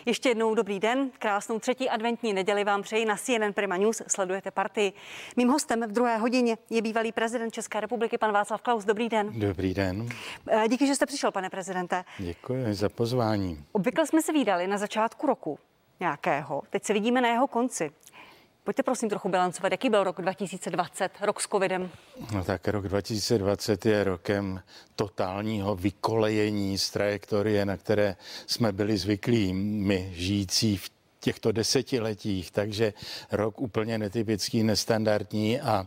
Ještě jednou dobrý den, krásnou třetí adventní neděli vám přeji. Na CNN Prima News sledujete Partii. Mým hostem v druhé hodině je bývalý prezident České republiky, pan Václav Klaus. Dobrý den. Dobrý den. Díky, že jste přišel, pane prezidente. Děkuji za pozvání. Obvykle jsme se vídali na začátku roku nějakého, teď se vidíme na jeho konci. Pojďte prosím trochu bilancovat, jaký byl rok 2020, rok s covidem? No tak rok 2020 je rokem totálního vykolejení z trajektorie, na které jsme byli zvyklí my žijící v těchto desetiletích, takže rok úplně netypický, nestandardní a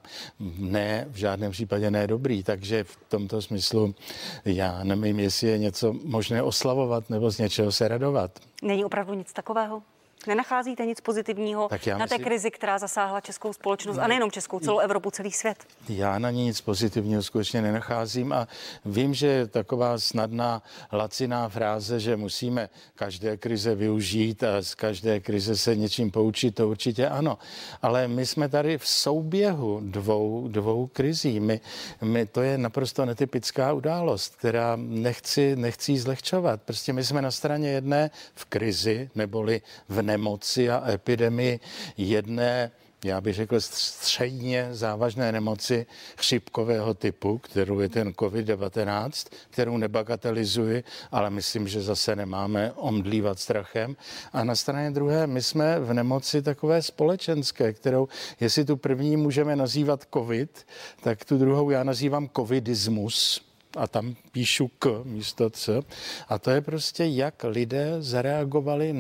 ne, v žádném případě ne dobrý, takže v tomto smyslu já nevím, jestli je něco možné oslavovat nebo z něčeho se radovat. Není opravdu nic takového? Nenacházíte nic pozitivního na té krizi, která zasáhla českou společnost a nejenom českou, celou Evropu, celý svět? Já na ní nic pozitivního skutečně nenacházím a vím, že je taková snadná, laciná fráze, že musíme každé krize využít a z každé krize se něčím poučit, to určitě ano. Ale my jsme tady v souběhu dvou krizí. My to je naprosto netypická událost, která nechci zlehčovat. Prostě my jsme na straně jedné v krizi, neboli v nemoci a epidemii jedné, já bych řekl, středně závažné nemoci chřipkového typu, kterou je ten COVID-19, kterou nebagatelizuji, ale myslím, že zase nemáme omdlívat strachem. A na straně druhé, my jsme v nemoci takové společenské, kterou, jestli tu první můžeme nazývat COVID, tak tu druhou já nazývám covidismus. A tam píšu K místo C. A to je prostě, jak lidé zareagovali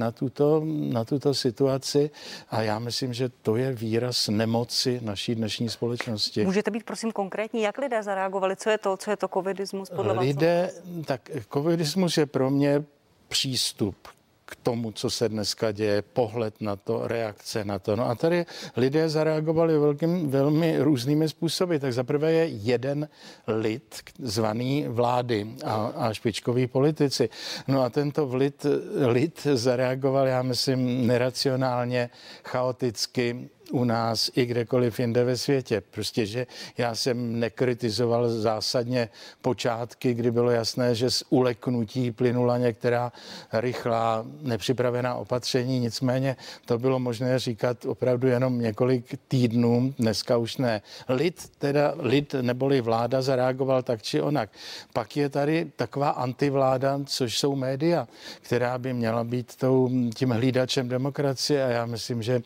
na tuto situaci. A já myslím, že to je výraz nemoci naší dnešní společnosti. Můžete být prosím konkrétní, jak lidé zareagovali? Co je to covidismus podle vás? Tak covidismus je pro mě přístup k tomu, co se dneska děje, pohled na to, reakce na to. No a tady lidé zareagovali velmi různými způsoby. Tak zaprvé je jeden lid zvaný vlády a špičkoví politici. No a tento lid zareagoval, já myslím, neracionálně, chaoticky, u nás i kdekoliv jinde ve světě. Prostě, že já jsem nekritizoval zásadně počátky, kdy bylo jasné, že z uleknutí plynula některá rychlá, nepřipravená opatření, nicméně to bylo možné říkat opravdu jenom několik týdnů, dneska už ne. Lid neboli vláda zareagoval tak či onak. Pak je tady taková antivláda, což jsou média, která by měla být tím hlídačem demokracie a já myslím, že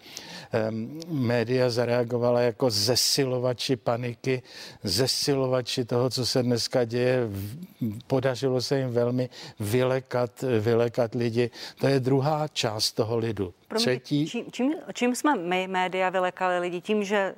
média zareagovala jako zesilovači paniky, zesilovači toho, co se dneska děje. Podařilo se jim velmi vylekat lidi. To je druhá část toho lidu. Třetí. Čím jsme my, média, vylekali lidi? Tím, že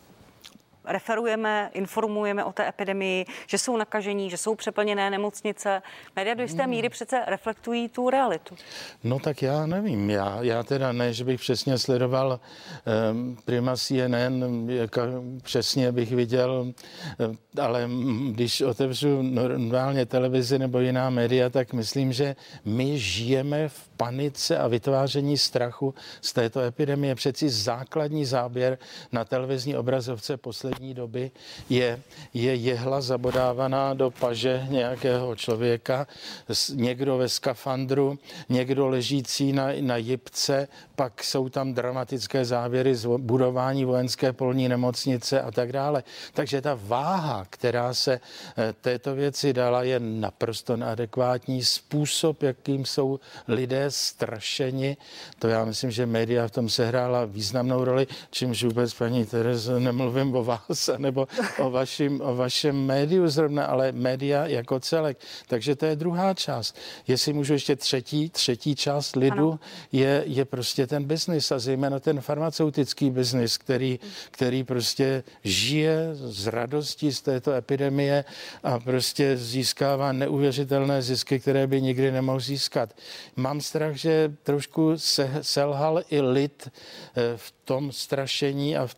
referujeme, informujeme o té epidemii, že jsou nakažení, že jsou přeplněné nemocnice. Média do jisté míry přece reflektují tu realitu. No tak já nevím. Já teda ne, že bych přesně sledoval Prima CNN, přesně bych viděl, ale když otevřu normálně televizi nebo jiná média, tak myslím, že my žijeme v panice a vytváření strachu z této epidemie. Přeci základní záběr na televizní obrazovce poslední doby je jehla zabodávaná do paže nějakého člověka, někdo ve skafandru, někdo ležící na jipce, pak jsou tam dramatické záběry z budování vojenské polní nemocnice a tak dále. Takže ta váha, která se této věci dala, je naprosto neadekvátní. Způsob, jakým jsou lidé strašeni, to já myslím, že média v tom sehrála významnou roli, čímž vůbec, paní Terezo, nemluvím o vás nebo o vašem médiu zrovna, ale média jako celek. Takže to je druhá část. Jestli můžu ještě třetí část lidu, je prostě ten biznis a zejména ten farmaceutický biznis, který prostě žije z radostí z této epidemie a prostě získává neuvěřitelné zisky, které by nikdy nemohl získat. Mám strach, že trošku selhal i lid v tom strašení a v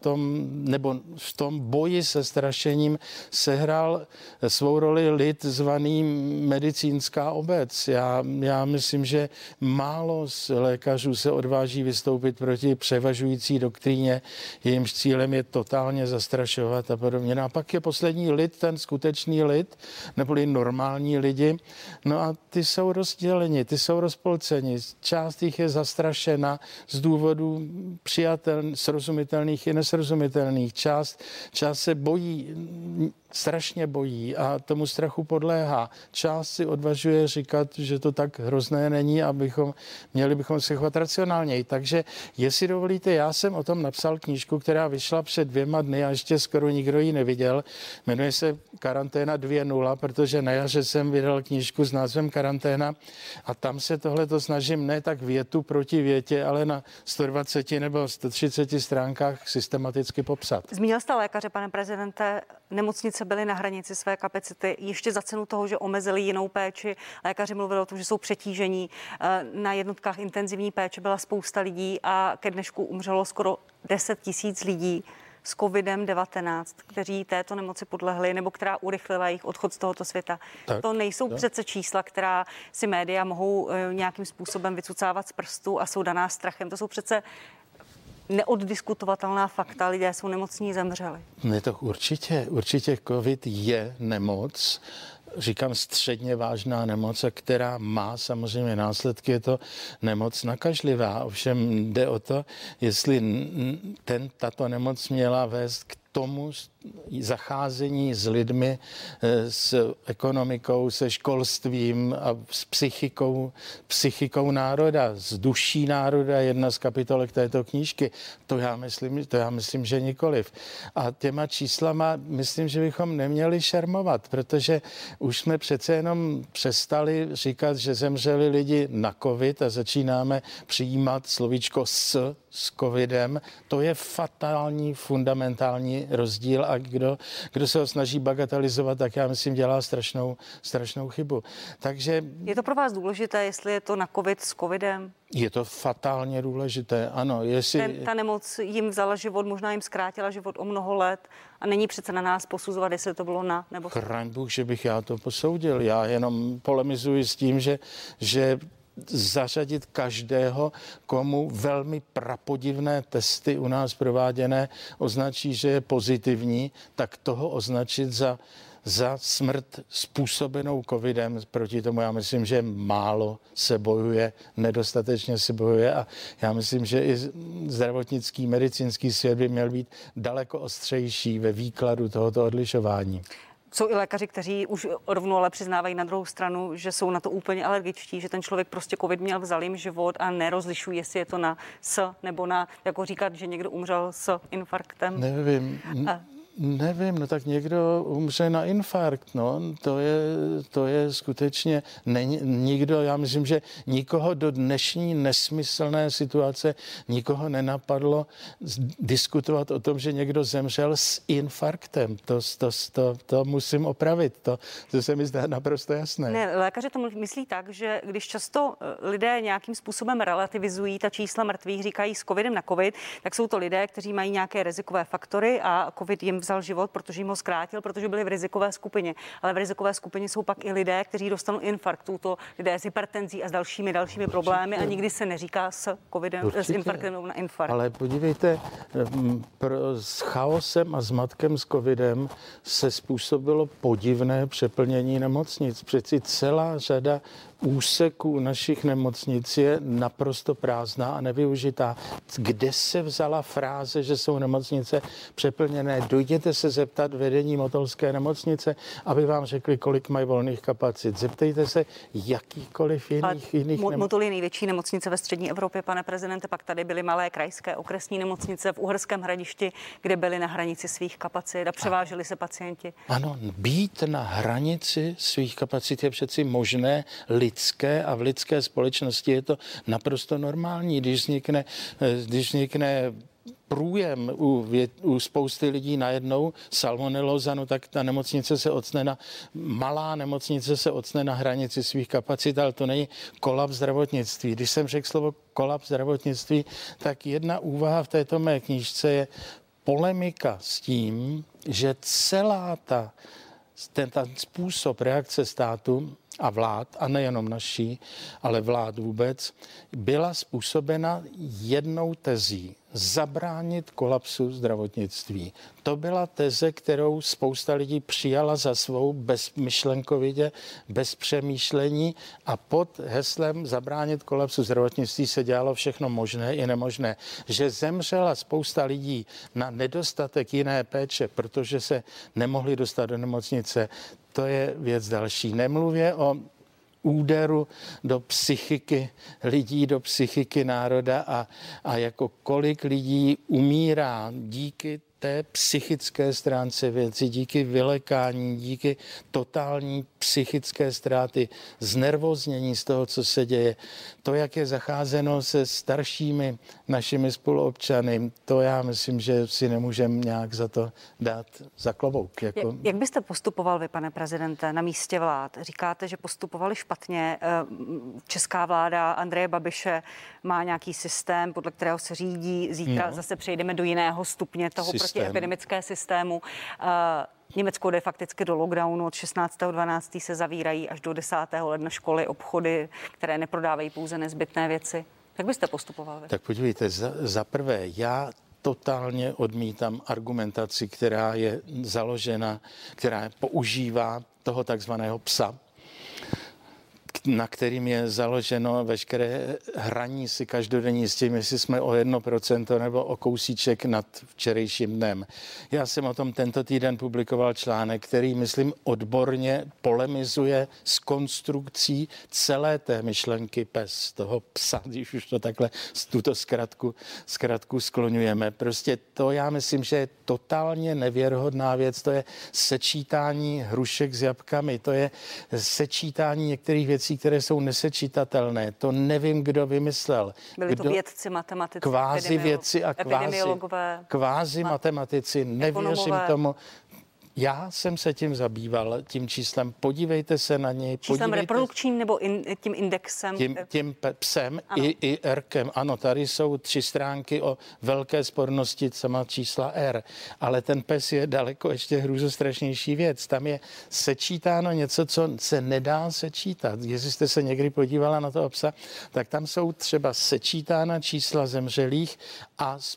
tom boji se strašením sehrál svou roli lid zvaný medicínská obec. Já myslím, že málo z lékařů se odváží vystoupit proti převažující doktríně, jejímž cílem je totálně zastrašovat a podobně. No a pak je poslední lid, ten skutečný lid, neboli normální lidi. No a ty jsou rozděleni, ty jsou rozpolceni. Část jich je zastrašena z důvodů srozumitelných i nesrozumitelných. Část se bojí, strašně bojí a tomu strachu podléhá. Část si odvažuje říkat, že to tak hrozné není a měli bychom se chovat racionálněji. Takže, jestli dovolíte, já jsem o tom napsal knížku, která vyšla před 2 dny a ještě skoro nikdo ji neviděl. Jmenuje se Karanténa 2.0, protože na jaře jsem vydal knížku s názvem Karanténa a tam se tohleto snažím ne tak větu proti větě, ale na 120 nebo 130 stránkách systematicky popsat. Zmínil jste lékaře, pane prezidente, nemocnice byly na hranici své kapacity, ještě za cenu toho, že omezili jinou péči. Lékaři mluvili o tom, že jsou přetížení. Na jednotkách intenzivní péče byla spousta lidí a ke dnešku umřelo skoro 10 000 lidí s COVID-19, kteří této nemoci podlehli nebo která urychlila jejich odchod z tohoto světa. Tak, to nejsou přece čísla, která si média mohou nějakým způsobem vycucávat z prstu a jsou daná strachem. To jsou přece neoddiskutovatelná fakta. Lidé jsou nemocní, zemřeli. Ne, to určitě COVID je nemoc. Říkám středně vážná nemoc, která má samozřejmě následky, je to nemoc nakažlivá. Ovšem jde o to, jestli tato nemoc měla vést k tomu zacházení s lidmi, s ekonomikou, se školstvím a s psychikou národa, s duší národa, jedna z kapitolek této knížky. To já myslím, že nikoliv. A těma číslama myslím, že bychom neměli šermovat, protože už jsme přece jenom přestali říkat, že zemřeli lidi na covid a začínáme přijímat slovíčko s covidem. To je fatální, fundamentální rozdíl a kdo se ho snaží bagatelizovat, tak já myslím, dělá strašnou chybu. Takže je to pro vás důležité, jestli je to na covid s covidem? Je to fatálně důležité, ano. Ta nemoc jim vzala život, možná jim zkrátila život o mnoho let a není přece na nás posuzovat, jestli to bylo na nebo... Chraň Bůh, že bych já to posoudil. Já jenom polemizuji s tím, že zařadit každého, komu velmi prapodivné testy u nás prováděné označí, že je pozitivní, tak toho označit za smrt způsobenou covidem. Proti tomu já myslím, že málo se bojuje, nedostatečně se bojuje a já myslím, že i zdravotnický, medicínský svět by měl být daleko ostřejší ve výkladu tohoto odlišování. Jsou i lékaři, kteří už rovnou ale přiznávají na druhou stranu, že jsou na to úplně alergičtí, že ten člověk prostě covid měl, vzal jim život a nerozlišují, jestli je to na s nebo na, jako říkat, že někdo umřel s infarktem. Nevím, no tak někdo umře na infarkt, no, to je skutečně nikdo, já myslím, že nikoho do dnešní nesmyslné situace nikoho nenapadlo diskutovat o tom, že někdo zemřel s infarktem. To musím opravit, to se mi zdá naprosto jasné. Ne, lékaři to myslí tak, že když často lidé nějakým způsobem relativizují ta čísla mrtvých, říkají s covidem na covid, tak jsou to lidé, kteří mají nějaké rizikové faktory a covid jim vzal život, protože jim ho zkrátil, protože byli v rizikové skupině. Ale v rizikové skupině jsou pak i lidé, kteří dostanou infarkt, to lidé s hypertenzí a s dalšími problémy a nikdy se neříká s covidem, s infarktem nebo na infarkt. Ale podívejte, s chaosem a zmatkem s covidem se způsobilo podivné přeplnění nemocnic. Přeci celá řada úseků našich nemocnic je naprosto prázdná a nevyužitá. Kde se vzala fráze, že jsou nemocnice přeplněné? Dojděte se zeptat vedení Motolské nemocnice, aby vám řekli, kolik mají volných kapacit. Zeptejte se jakýkoliv jiných nemocnic. Motol je největší nemocnice ve střední Evropě, pane prezidente, pak tady byly malé krajské okresní nemocnice v Uherském Hradišti, kde byly na hranici svých kapacit a převáželi se pacienti. Ano, být na hranici svých kapacit je přeci možné, lidské a v lidské společnosti je to naprosto normální, když vznikne průjem u spousty lidí najednou salmonelóza, no tak ta nemocnice se ocne malá nemocnice se ocne na hranici svých kapacit, ale to není kolaps zdravotnictví. Když jsem řekl slovo kolaps zdravotnictví, tak jedna úvaha v této mé knížce je polemika s tím, že celá ten způsob reakce státu a vlád, a nejenom naší, ale vlád vůbec, byla způsobena jednou tezí: zabránit kolapsu zdravotnictví. To byla teze, kterou spousta lidí přijala za svou bezmyšlenkovitě, bez přemýšlení, a pod heslem zabránit kolapsu zdravotnictví se dělalo všechno možné i nemožné. Že zemřela spousta lidí na nedostatek jiné péče, protože se nemohli dostat do nemocnice, to je věc další. Nemluvě o úderu do psychiky lidí, do psychiky národa a jako kolik lidí umírá díky té psychické stránce věci, díky vylekání, díky totální psychické ztráty, znervoznění z toho, co se děje. To, jak je zacházeno se staršími našimi spoluobčany, to já myslím, že si nemůžeme nějak za to dát za klobouk. Jak byste postupoval vy, pane prezidente, na místě vlád? Říkáte, že postupovali špatně. Česká vláda Andreje Babiše má nějaký systém, podle kterého se řídí. Zítra zase přejdeme do jiného stupně toho protiepidemické systému. Německo jde fakticky do lockdownu. Od 16.12. se zavírají až do 10. ledna školy, obchody, které neprodávají pouze nezbytné věci. Jak byste postupoval vy? Tak podívejte, za prvé, já totálně odmítám argumentaci, která je založena, která používá toho takzvaného psa, na kterým je založeno veškeré hraní si každodenní s tím, jestli jsme o 1% nebo o kousíček nad včerejším dnem. Já jsem o tom tento týden publikoval článek, který, myslím, odborně polemizuje s konstrukcí celé té myšlenky PES, toho psa, když už to takhle tuto zkratku skloňujeme. Prostě to, já myslím, že je totálně nevěrohodná věc, to je sečítání hrušek s jabkami, to je sečítání některých věcí, které jsou nesečítatelné. To nevím, kdo vymyslel. Byli to vědci, matematici, kvázi vědci a kvázi matematici. Nevěřím tomu. Já jsem se tím zabýval, tím číslem. Podívejte se na něj. Číslem reprodukčním nebo tím indexem? Tím psem i R-kem. Ano, tady jsou 3 stránky o velké spornosti sama čísla R. Ale ten pes je daleko ještě hrůzostrašnější věc. Tam je sečítáno něco, co se nedá sečítat. Jestli jste se někdy podívala na toho psa, tak tam jsou třeba sečítána čísla zemřelých a s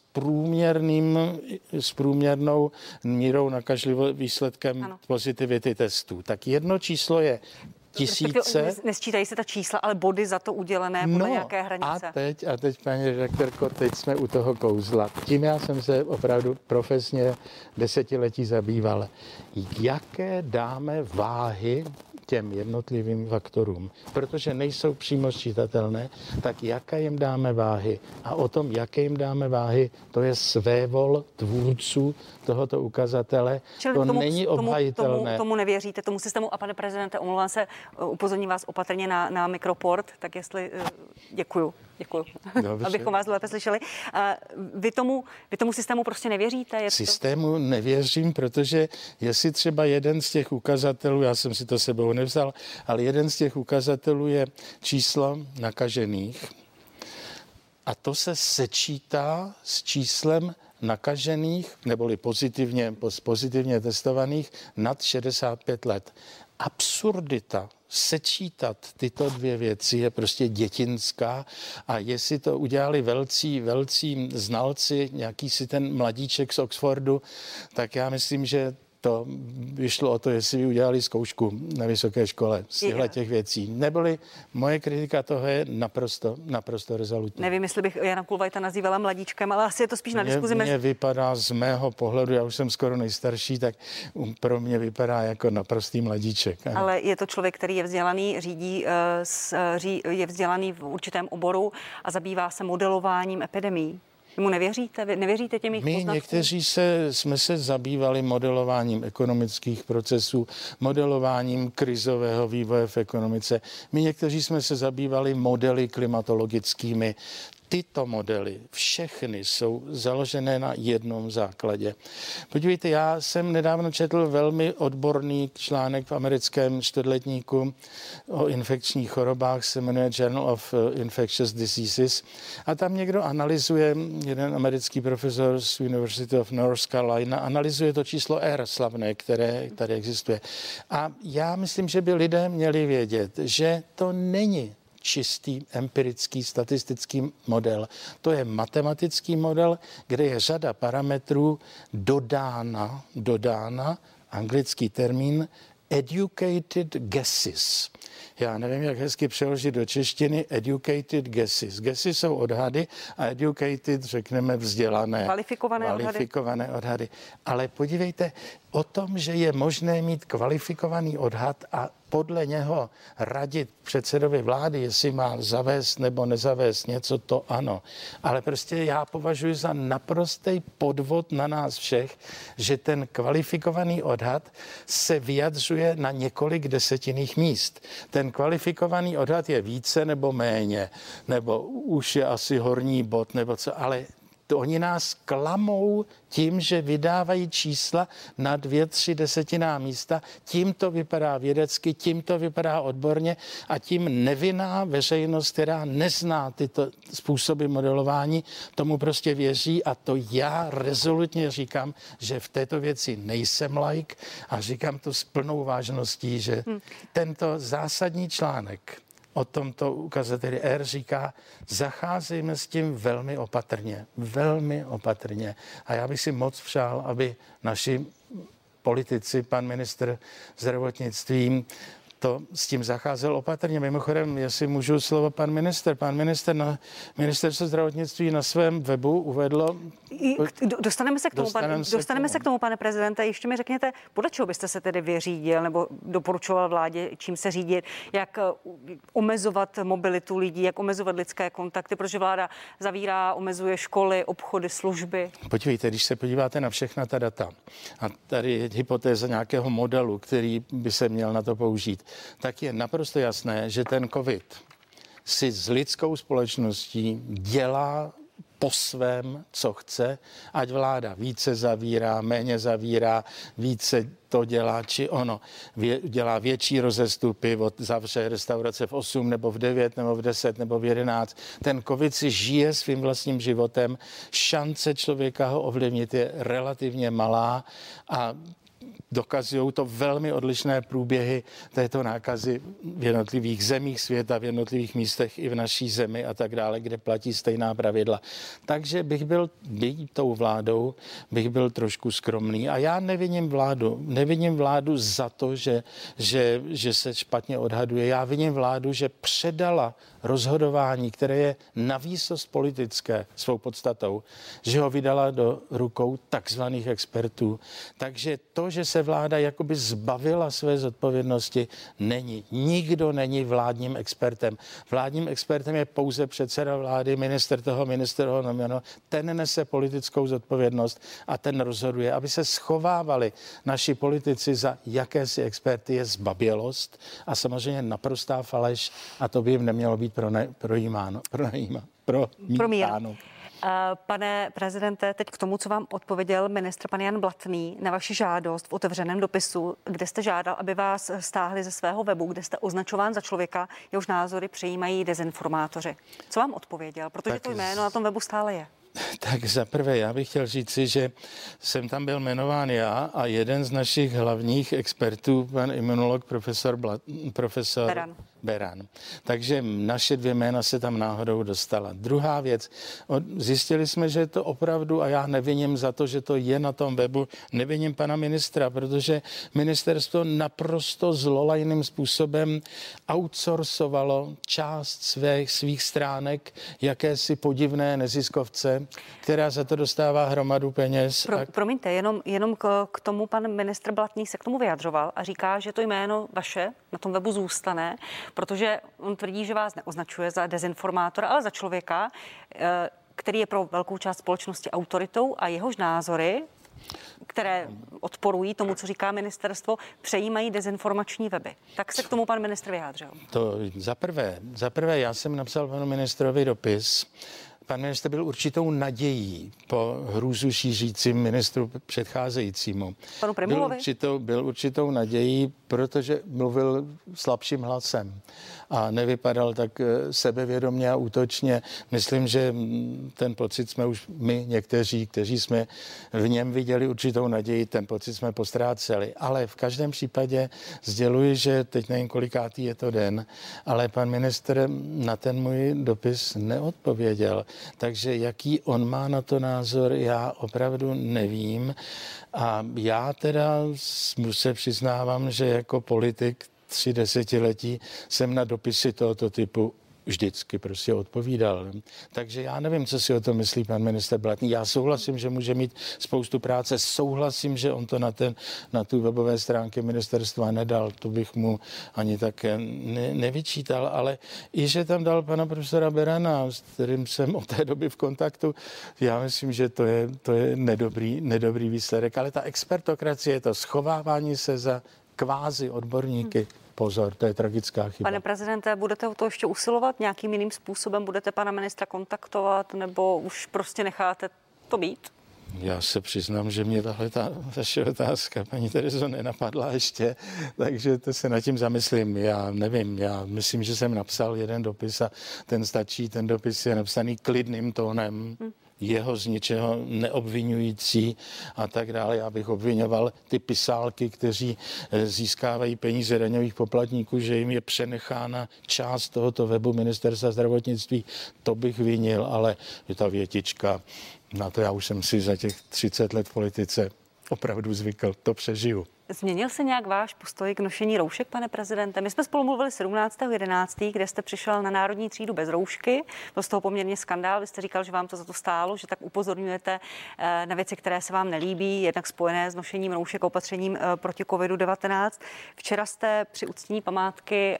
průměrnou mírou nakažlivosti výsledkem pozitivity testů. Tak jedno číslo je 1000. Nesčítají se ta čísla, ale body za to udělené podle nějaké hranice. A teď, paní redaktorko, teď jsme u toho kouzla. Tím já jsem se opravdu profesně desetiletí zabýval. Jaké dáme váhy těm jednotlivým faktorům, protože nejsou přímo sčítatelné, tak jaké jim dáme váhy. A o tom, jaké jim dáme váhy, to je svévol tvůrců tohoto ukazatele. Čili to není obhajitelné. Tomu nevěříte, tomu systému. A pane prezidente, omlouvám se, upozorním vás opatrně na mikroport, tak jestli děkuju, abychom vás lépe slyšeli. Vy tomu systému prostě nevěříte? Systému nevěřím, protože jestli třeba jeden z těch ukazatelů, já jsem si to sebou nevzal, ale jeden z těch ukazatelů je číslo nakažených a to se sečítá s číslem nakažených, neboli pozitivně testovaných nad 65 let. Absurdita sečítat tyto dvě věci je prostě dětinská a jestli to udělali velcí znalci, nějaký si ten mladíček z Oxfordu, tak já myslím, že to vyšlo o to, jestli by udělali zkoušku na vysoké škole z těch věcí. Neboli moje kritika toho je naprosto rezolutní. Nevím, jestli bych Jana Kulvajta nazývala mladíčkem, ale asi je to spíš na diskuzi. Mně vypadá z mého pohledu, já už jsem skoro nejstarší, tak pro mě vypadá jako naprostý mladíček. Ano. Ale je to člověk, který je vzdělaný, je vzdělaný v určitém oboru a zabývá se modelováním epidemií. Mu nevěříte? Vy nevěříte těm jejich poznatkům? My někteří jsme se zabývali modelováním ekonomických procesů, modelováním krizového vývoje v ekonomice. My někteří jsme se zabývali modely klimatologickými. tyto modely, všechny jsou založené na jednom základě. Podívejte, já jsem nedávno četl velmi odborný článek v americkém čtvrtletníku o infekčních chorobách, se jmenuje Journal of Infectious Diseases, a tam někdo analyzuje, jeden americký profesor z University of North Carolina, analyzuje to číslo R slavné, které tady existuje. A já myslím, že by lidé měli vědět, že to není čistý empirický statistický model. To je matematický model, kde je řada parametrů dodána, anglický termín educated guesses. Já nevím, jak hezky přeložit do češtiny educated guesses. Guesses jsou odhady a educated, řekneme, vzdělané. Kvalifikované odhady. Ale podívejte, o tom, že je možné mít kvalifikovaný odhad a podle něho radit předsedovi vlády, jestli má zavést nebo nezavést něco, to ano. Ale prostě já považuji za naprostý podvod na nás všech, že ten kvalifikovaný odhad se vyjadřuje na několik desetinných míst. Ten kvalifikovaný odhad je více nebo méně, nebo už je asi horní bod, nebo co, ale oni nás klamou tím, že vydávají čísla na 2-3 desetinná místa. Tím to vypadá vědecky, tím to vypadá odborně a tím nevinná veřejnost, která nezná tyto způsoby modelování, tomu prostě věří a to já rezolutně říkám, že v této věci nejsem laik a říkám to s plnou vážností, že tento zásadní článek o tomto ukazateli R říká, zacházejme s tím velmi opatrně. A já bych si moc přál, aby naši politici, pan ministr zdravotnictví, to s tím zacházel opatrně. Mimochodem, jestli můžu slovo pan minister na ministerstvo zdravotnictví na svém webu uvedlo... Dostaneme se k tomu, pane prezidente. Ještě mi řekněte, podle čeho byste se tedy vyřídil nebo doporučoval vládě, čím se řídit, jak omezovat mobilitu lidí, jak omezovat lidské kontakty, protože vláda zavírá, omezuje školy, obchody, služby. Podívejte, když se podíváte na všechna ta data a tady je hypotéza nějakého modelu, který by se měl na to použít, tak je naprosto jasné, že ten covid si s lidskou společností dělá po svém, co chce, ať vláda více zavírá, méně zavírá, více to dělá, či ono. Dělá větší rozestupy, zavře restaurace v 8 nebo v 9 nebo v 10 nebo v 11. Ten covid si žije svým vlastním životem. Šance člověka ho ovlivnit je relativně malá a dokazují to velmi odlišné průběhy této nákazy v jednotlivých zemích světa, v jednotlivých místech i v naší zemi a tak dále, kde platí stejná pravidla. Takže bych byl tou vládou, bych byl trošku skromný. A já neviním vládu za to, že se špatně odhaduje. Já viním vládu, že předala rozhodování, které je navýsost politické svou podstatou, že ho vydala do rukou takzvaných expertů. Takže to, že se vláda jakoby zbavila své zodpovědnosti, není. Nikdo není vládním expertem. Vládním expertem je pouze předseda vlády, minister toho, ten nese politickou zodpovědnost a ten rozhoduje. Aby se schovávali naši politici za jakési experty, je zbabělost a samozřejmě naprostá faleš a to by jim nemělo být promítáno. Pane prezidente, teď k tomu, co vám odpověděl ministr pan Jan Blatný na vaši žádost v otevřeném dopisu, kde jste žádal, aby vás stáhli ze svého webu, kde jste označován za člověka, jehož názory přijímají dezinformátoři. Co vám odpověděl? Protože to jméno na tom webu stále je. Tak za prvé, já bych chtěl říci, že jsem tam byl jmenován já a jeden z našich hlavních expertů, pan imunolog profesor Beran. Takže naše 2 jména se tam náhodou dostala. Druhá věc, zjistili jsme, že je to opravdu, a já neviním za to, že to je na tom webu, neviním pana ministra, protože ministerstvo naprosto zlolajným způsobem outsourcovalo část svých stránek jakési podivné neziskovce, která za to dostává hromadu peněz. Promiňte, jenom k tomu pan ministr Blatný se k tomu vyjadřoval a říká, že to jméno vaše na tom webu zůstane, protože on tvrdí, že vás neoznačuje za dezinformátora, ale za člověka, který je pro velkou část společnosti autoritou a jehož názory, které odporují tomu, co říká ministerstvo, přejímají dezinformační weby. Tak se k tomu pan ministr vyjádřil. To za prvé já jsem napsal panu ministrovi dopis, pan ministr byl určitou nadějí po hrůzu šířícím ministru předcházejícímu. Panu Prymulovi? Byl určitou nadějí, protože mluvil slabším hlasem a nevypadal tak sebevědomě a útočně. Myslím, že ten pocit jsme už my někteří, kteří jsme v něm viděli určitou naději, ten pocit jsme postráceli. Ale v každém případě sděluji, že teď nevím, kolikátý je to den, ale pan ministr na ten můj dopis neodpověděl. Takže jaký on má na to názor, já opravdu nevím. A já teda se přiznávám, že jako politik 3 desetiletí jsem na dopisy tohoto typu vždycky prostě odpovídal. Takže já nevím, co si o tom myslí pan ministr Blatný. Já souhlasím, že může mít spoustu práce. Souhlasím, že on to na tu webové stránky ministerstva nedal. To bych mu ani tak nevyčítal. Ale i, že tam dal pana profesora Berana, s kterým jsem od té doby v kontaktu, já myslím, že to je nedobrý výsledek. Ale ta expertokracie, to schovávání se za kvázi odborníky, pozor, to je tragická chyba. Pane prezidente, budete o to ještě usilovat? Nějakým jiným způsobem budete pana ministra kontaktovat nebo už prostě necháte to být? Já se přiznám, že mě tahle vaše otázka, paní Terezo, nenapadla ještě, takže to se nad tím zamyslím. Já nevím, já myslím, že jsem napsal jeden dopis a ten stačí. Ten dopis je napsaný klidným tónem. Jeho z ničeho neobvinující a tak dále. Já bych obvinoval ty pisálky, kteří získávají peníze daňových poplatníků, že jim je přenechána část tohoto webu ministerstva zdravotnictví. To bych vinil, ale je ta větička, na to já už jsem si za těch 30 let v politice opravdu zvykl, to přežiju. Změnil se nějak váš postoj k nošení roušek, pane prezidente? My jsme spolu mluvili 17.11., kde jste přišel na národní třídu bez roušky. Byl z toho poměrně skandál. Vy jste říkal, že vám to za to stálo, že tak upozorňujete na věci, které se vám nelíbí, jednak spojené s nošením roušek a opatřením proti COVID-19. Včera jste při uctění památky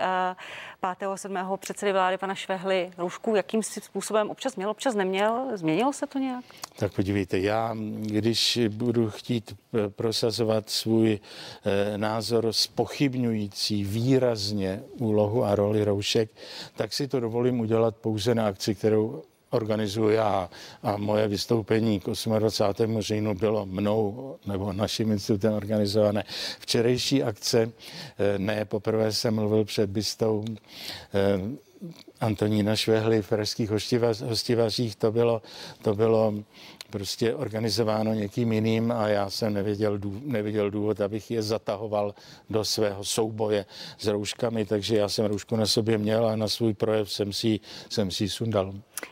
5. a 7. předsedy vlády pana Švehly roušku jakým způsobem občas měl, občas neměl? Změnilo se to nějak? Tak podívejte, já, když budu chtít prosazovat svůj názor zpochybňující výrazně úlohu a roli roušek, tak si to dovolím udělat pouze na akci, kterou organizuji já. A moje vystoupení k 28. říjnu bylo mnou nebo naším institutem organizované. Včerejší akce, ne poprvé jsem mluvil před bystou Antonína Švehly v pražských Hostivařích, to bylo prostě organizováno někým jiným a já jsem neviděl důvod, abych je zatahoval do svého souboje s rouškami, takže já jsem roušku na sobě měl a na svůj projev jsem si ji sundal.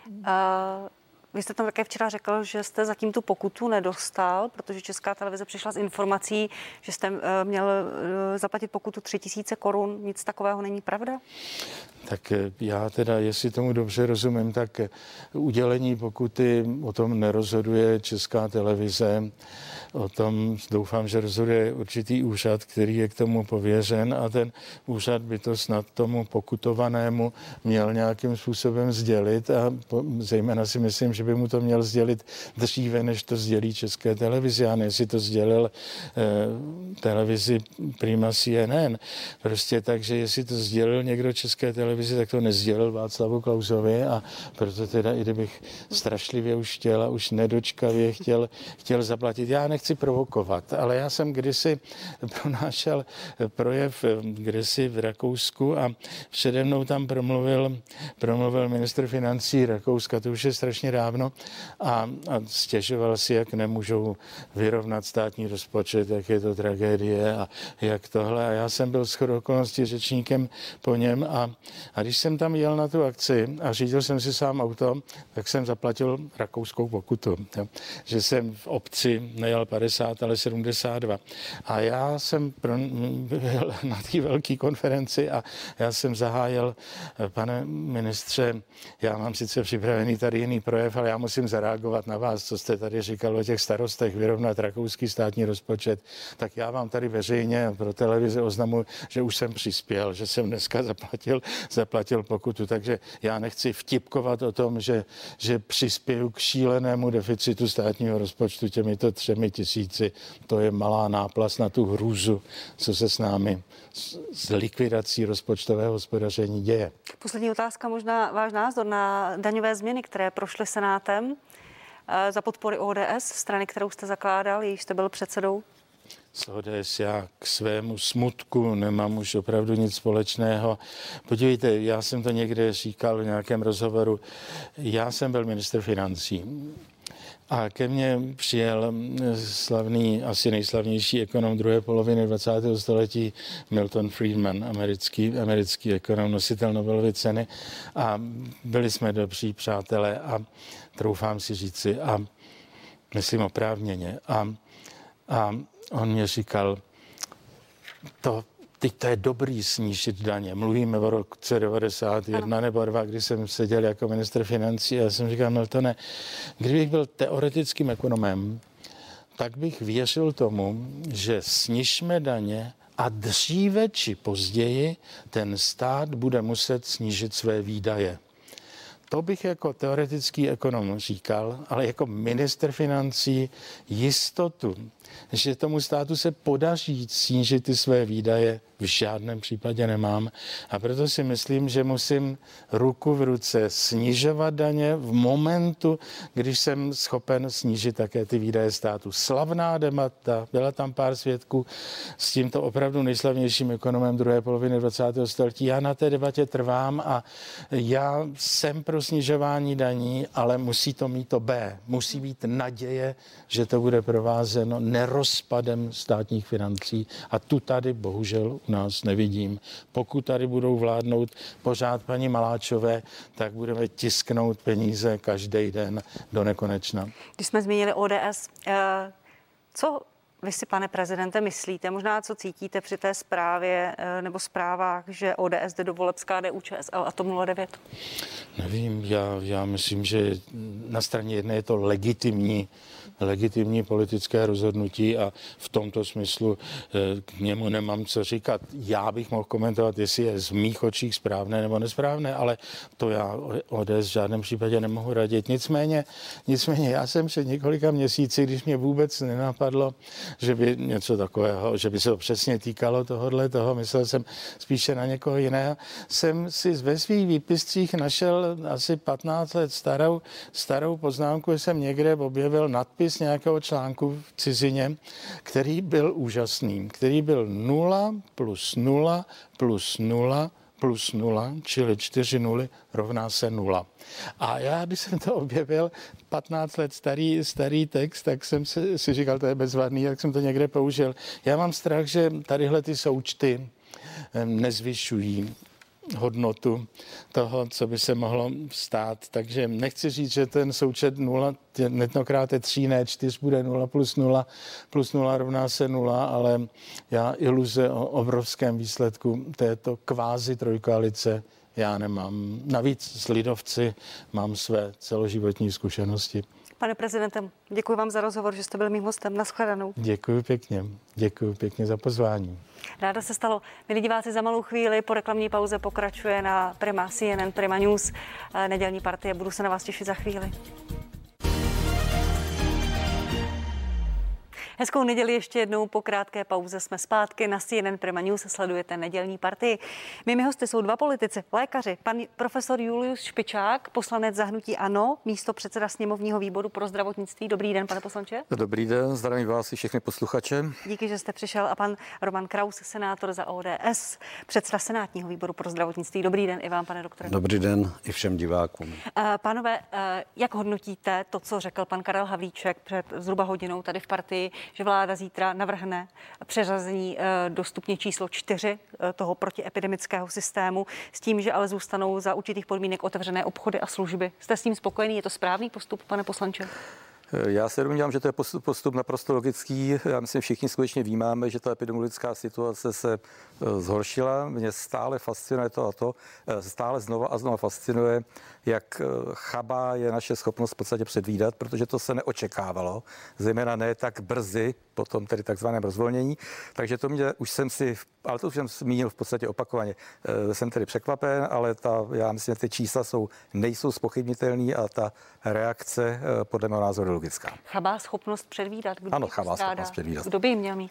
Vy jste tam také včera řekl, že jste zatím tu pokutu nedostal, protože Česká televize přišla s informací, že jste měl zaplatit pokutu 3 000 korun. Nic takového není pravda? Tak já teda, jestli tomu dobře rozumím, tak udělení pokuty, o tom nerozhoduje Česká televize. O tom doufám, že rozhoduje určitý úřad, který je k tomu pověřen a ten úřad by to snad tomu pokutovanému měl nějakým způsobem sdělit a zejména si myslím, že by mu to měl sdělit dříve, než to sdělí České televizi. Já ne, jestli to sdělil televizi Prima CNN. Prostě takže, jestli to sdělil někdo České televizi, tak to nesdělil Václavu Klausovi a proto teda, i kdybych strašlivě už chtěl a už nedočkavě chtěl zaplatit. Já nechci provokovat, ale já jsem kdysi pronášel projev kdysi v Rakousku a přede mnou tam promluvil ministr financí Rakouska, to už je strašně dávno, a stěžoval si, jak nemůžou vyrovnat státní rozpočet, jak je to tragédie a jak tohle. A já jsem byl shodou okolností řečníkem po něm a když jsem tam jel na tu akci a řídil jsem si sám auto, tak jsem zaplatil rakouskou pokutu. Jo. Že jsem v obci nejel 50, ale 72. A já jsem byl na té velké konferenci a já jsem zahájil, pane ministře, já mám sice připravený tady jiný projev, ale já musím zareagovat na vás, co jste tady říkal o těch starostech, vyrovnat rakouský státní rozpočet. Tak já vám tady veřejně pro televizi oznamuji, že už jsem přispěl, že jsem dneska zaplatil pokutu. Takže já nechci vtipkovat o tom, že přispěju k šílenému deficitu státního rozpočtu těmito 3 000. To je malá náplast na tu hrůzu, co se s námi s likvidací rozpočtového hospodaření děje. Poslední otázka, možná váš názor na daňové změny, které prošly Senátem za podpory ODS, strany, kterou jste zakládal, jejíž jste byl předsedou. S ODS já k svému smutku nemám už opravdu nic společného. Podívejte, já jsem to někde říkal v nějakém rozhovoru. Já jsem byl ministr financí. A ke mně přijel slavný, asi nejslavnější ekonom druhé poloviny 20. století Milton Friedman, americký ekonom, nositel Nobelovy ceny. A byli jsme dobří přátelé a troufám si říci, a myslím oprávněně. A on mě říkal, teď to je dobrý snížit daně. Mluvíme o roce 91 nebo 2, kdy jsem seděl jako ministr financí a já jsem říkal, Miltone, kdybych byl teoretickým ekonomem, tak bych věřil tomu, že snižme daně a dříve či později ten stát bude muset snížit své výdaje. To bych jako teoretický ekonom říkal, ale jako ministr financí jistotu, že tomu státu se podaří snížit ty své výdaje, v žádném případě nemám. A proto si myslím, že musím ruku v ruce snižovat daně v momentu, když jsem schopen snížit také ty výdaje státu. Slavná debata, byla tam pár svědků s tímto opravdu nejslavnějším ekonomem druhé poloviny 20. století. Já na té debatě trvám a já jsem pro snižování daní, ale musí to mít to B. Musí být naděje, že to bude provázeno nerozpadem státních financí a tu tady bohužel u nás nevidím. Pokud tady budou vládnout pořád paní Maláčové, tak budeme tisknout peníze každý den do nekonečna. Když jsme zmínili ODS, co vy si, pane prezidente, myslíte, možná co cítíte při té zprávě nebo zprávách, že ODS jde do voleb s KDU-ČSL a TOP 09? Nevím, já myslím, že na straně jedné je to legitimní politické rozhodnutí a v tomto smyslu k němu nemám co říkat. Já bych mohl komentovat, jestli je z mých očích správné nebo nesprávné, ale to já ODS v žádném případě nemohu radit. Nicméně já jsem před několika měsíci, když mě vůbec nenapadlo, že by něco takového, že by se to přesně týkalo toho, myslel jsem spíše na někoho jiného, jsem si ve svých výpiscích našel asi 15 let starou poznámku, že jsem někde objevil nadpis nějakého článku v cizině, který byl úžasný, který byl 0 plus 0 plus 0 plus 0, čili 4 nuly rovná se 0. A já, když jsem to objevil, 15 let starý text, tak jsem si říkal, to je bezvadný, tak jsem to někde použil. Já mám strach, že tadyhle ty součty nezvyšují hodnotu toho, co by se mohlo stát. Takže nechci říct, že ten součet 0, jednokrát je 3, ne 4, bude 0 plus 0 plus 0 rovná se 0, ale já iluze o obrovském výsledku této kvázi trojkoalice já nemám. Navíc s lidovci mám své celoživotní zkušenosti. Pane prezidente, děkuji vám za rozhovor, že jste byl mým hostem. Naschledanou. Děkuji pěkně za pozvání. Ráda se stalo. Milí diváci, za malou chvíli po reklamní pauze pokračuje na Prima CNN Prima News nedělní partie. Budu se na vás těšit za chvíli. Hezkou neděli ještě jednou, po krátké pauze jsme zpátky na CNN Prima News, sledujete nedělní partii. Mými hosty jsou 2 politici, lékaři, pan profesor Julius Špičák, poslanec za hnutí ANO, místopředseda sněmovního výboru pro zdravotnictví. Dobrý den, pane poslanče. Dobrý den, zdravím vás i všechny posluchače. Díky, že jste přišel. A pan Roman Kraus, senátor za ODS, předseda senátního výboru pro zdravotnictví. Dobrý den i vám, pane doktore. Dobrý den i všem divákům. Pánové, jak hodnotíte to, co řekl pan Karel Havlíček před zhruba hodinou tady v partii, že vláda zítra navrhne přeřazení do stupně číslo 4 toho protiepidemického systému s tím, že ale zůstanou za určitých podmínek otevřené obchody a služby. Jste s tím spokojený? Je to správný postup, pane poslanče? Já se domnívám, že to je postup naprosto logický. Já myslím, všichni skutečně vnímáme, že ta epidemiologická situace se zhoršila. Mě stále fascinuje to, stále znova a znova fascinuje, jak chabá je naše schopnost v podstatě předvídat, protože to se neočekávalo, zejména ne tak brzy po tom tedy takzvaném rozvolnění. Takže to mě už jsem ale to už jsem zmínil v podstatě opakovaně. Jsem tedy překvapen, ale já myslím, že ty čísla nejsou zpochybnitelný a ta reakce podle mého názoru je logická. Chabá schopnost předvídat, kdo ano, chabá schopnost předvídat. Kdo by ji měl mít?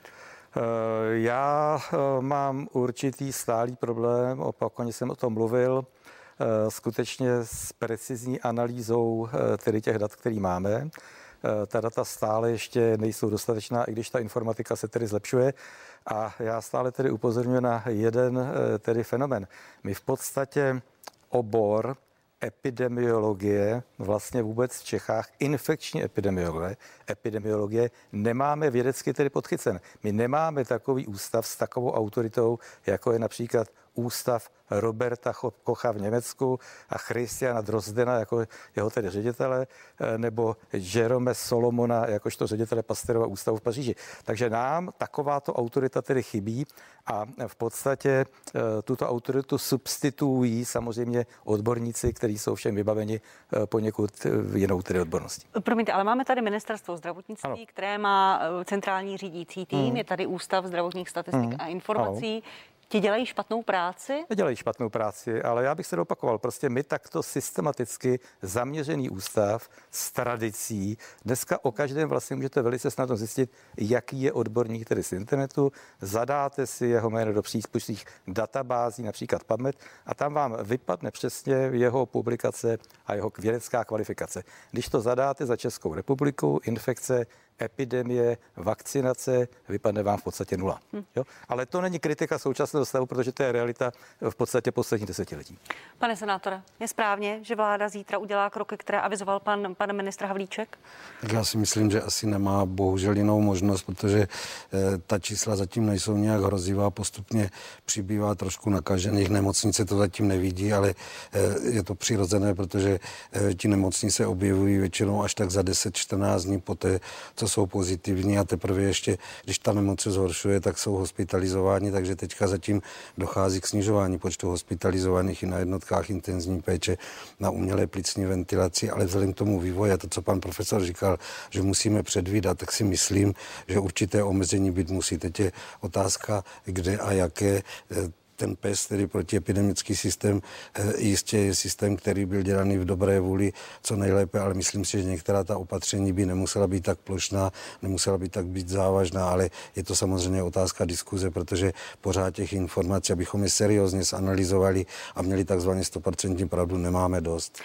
Já mám určitý stálý problém, opakovaně jsem o tom mluvil, skutečně s precizní analýzou tedy těch dat, který máme. Ta data stále ještě nejsou dostatečná, i když ta informatika se tedy zlepšuje. A já stále tedy upozorňuji na jeden tedy fenomén. My v podstatě obor epidemiologie, vlastně vůbec v Čechách infekční epidemiologie nemáme vědecky tedy podchycen. My nemáme takový ústav s takovou autoritou, jako je například ústav Roberta Kocha v Německu a Christiana Drozdena jako jeho tedy ředitele, nebo Jerome Solomona jakožto ředitele Pasteurova ústavu v Paříži. Takže nám takováto autorita tedy chybí a v podstatě tuto autoritu substituují samozřejmě odborníci, kteří jsou všem vybaveni poněkud jinou tedy odborností. Promiňte, ale máme tady ministerstvo zdravotnictví, ano, které má centrální řídící tým, je tady Ústav zdravotních statistik a informací. Ano. Ti dělají špatnou práci? Nedělají špatnou práci, ale já bych se opakoval. Prostě my takto systematicky zaměřený ústav s tradicí. Dneska o každém vlastně můžete velice snadno zjistit, jaký je odborník tedy z internetu. Zadáte si jeho jméno do příslušných databází, například PubMed, a tam vám vypadne přesně jeho publikace a jeho vědecká kvalifikace. Když to zadáte za Českou republiku, infekce, epidemie, vakcinace, vypadne vám v podstatě nula. Jo? Ale to není kritika současného stavu, protože to je realita v podstatě posledních desetiletí. Pane senátore, je správně, že vláda zítra udělá kroky, které avizoval pan ministr Havlíček? Tak já si myslím, že asi nemá bohužel jinou možnost, protože ta čísla zatím nejsou nějak hrozivá, postupně přibývá trošku nakažených, nemocnice to zatím nevidí, ale je to přirozené, protože ti nemocní se objevují většinou až tak za 10-14 dní poté, co jsou pozitivní, a teprve ještě, když ta nemoc se zhoršuje, tak jsou hospitalizováni, takže teďka zatím dochází k snižování počtu hospitalizovaných i na jednotkách intenzivní péče, na umělé plicní ventilaci, ale vzhledem k tomu vývoji a to, co pan profesor říkal, že musíme předvídat, tak si myslím, že určité omezení být musí. Teď je otázka, kde a jaké. Ten PES, tedy protiepidemický systém, jistě je systém, který byl dělaný v dobré vůli co nejlépe, ale myslím si, že některá ta opatření by nemusela být tak plošná, nemusela by tak být závažná, ale je to samozřejmě otázka diskuze, protože pořád těch informací, abychom je seriózně zanalyzovali a měli takzvaně 100% pravdu, nemáme dost.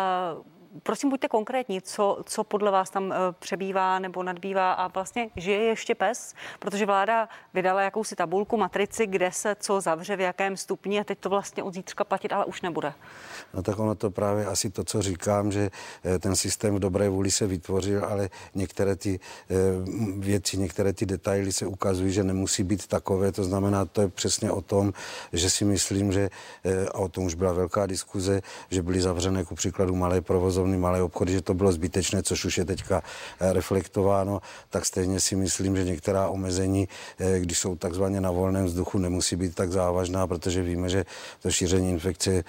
Prosím, buďte konkrétní, co podle vás tam přebývá nebo nadbývá a vlastně žije ještě PES, protože vláda vydala jakousi tabulku, matrici, kde se co zavře, v jakém stupni a teď to vlastně od zítřka platit, ale už nebude. No tak ono to právě asi to, co říkám, že ten systém v dobré vůli se vytvořil, ale některé ty věci, některé ty detaily se ukazují, že nemusí být takové. To znamená, to je přesně o tom, že si myslím, že a o tom už byla velká diskuze, že byly zavřené ku příkladu malé provozovny, malé obchody, že to bylo zbytečné, což už je teďka reflektováno, tak stejně si myslím, že některá omezení, když jsou takzvaně na volném vzduchu, nemusí být tak závažná, protože víme, že to šíření infekce,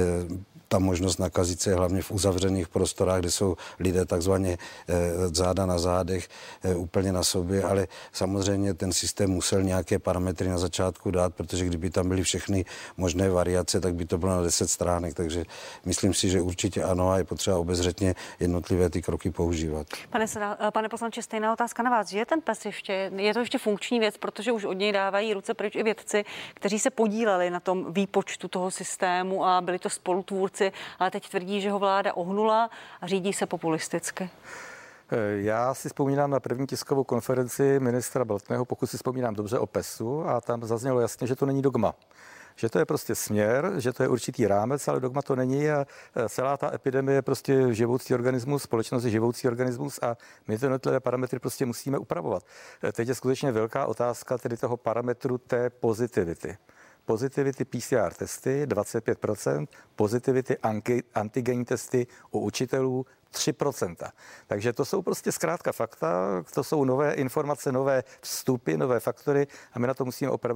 ta možnost nakazit se hlavně v uzavřených prostorách, kde jsou lidé takzvaně záda na zádech, úplně na sobě, ale samozřejmě ten systém musel nějaké parametry na začátku dát, protože kdyby tam byly všechny možné variace, tak by to bylo na 10 stránek, takže myslím si, že určitě ano a je potřeba obezřetně jednotlivé ty kroky používat. Pane poslanče, stejná otázka na vás. Že je ten PES je to ještě funkční věc, protože už od něj dávají ruce pryč i vědci, kteří se podíleli na tom výpočtu toho systému a byli to spolutvůrci, ale teď tvrdí, že ho vláda ohnula a řídí se populisticky. Já si vzpomínám na první tiskovou konferenci ministra Blatného, pokud si vzpomínám dobře, o PESu, a tam zaznělo jasně, že to není dogma. Že to je prostě směr, že to je určitý rámec, ale dogma to není a celá ta epidemie je prostě živoucí organismus, společnost je živoucí organismus a my ty jednotlivé parametry prostě musíme upravovat. Teď je skutečně velká otázka tedy toho parametru té pozitivity. Pozitivity PCR testy 25%, pozitivity antigenní testy u učitelů 3%. Takže to jsou prostě zkrátka fakta, to jsou nové informace, nové vstupy, nové faktory a my na to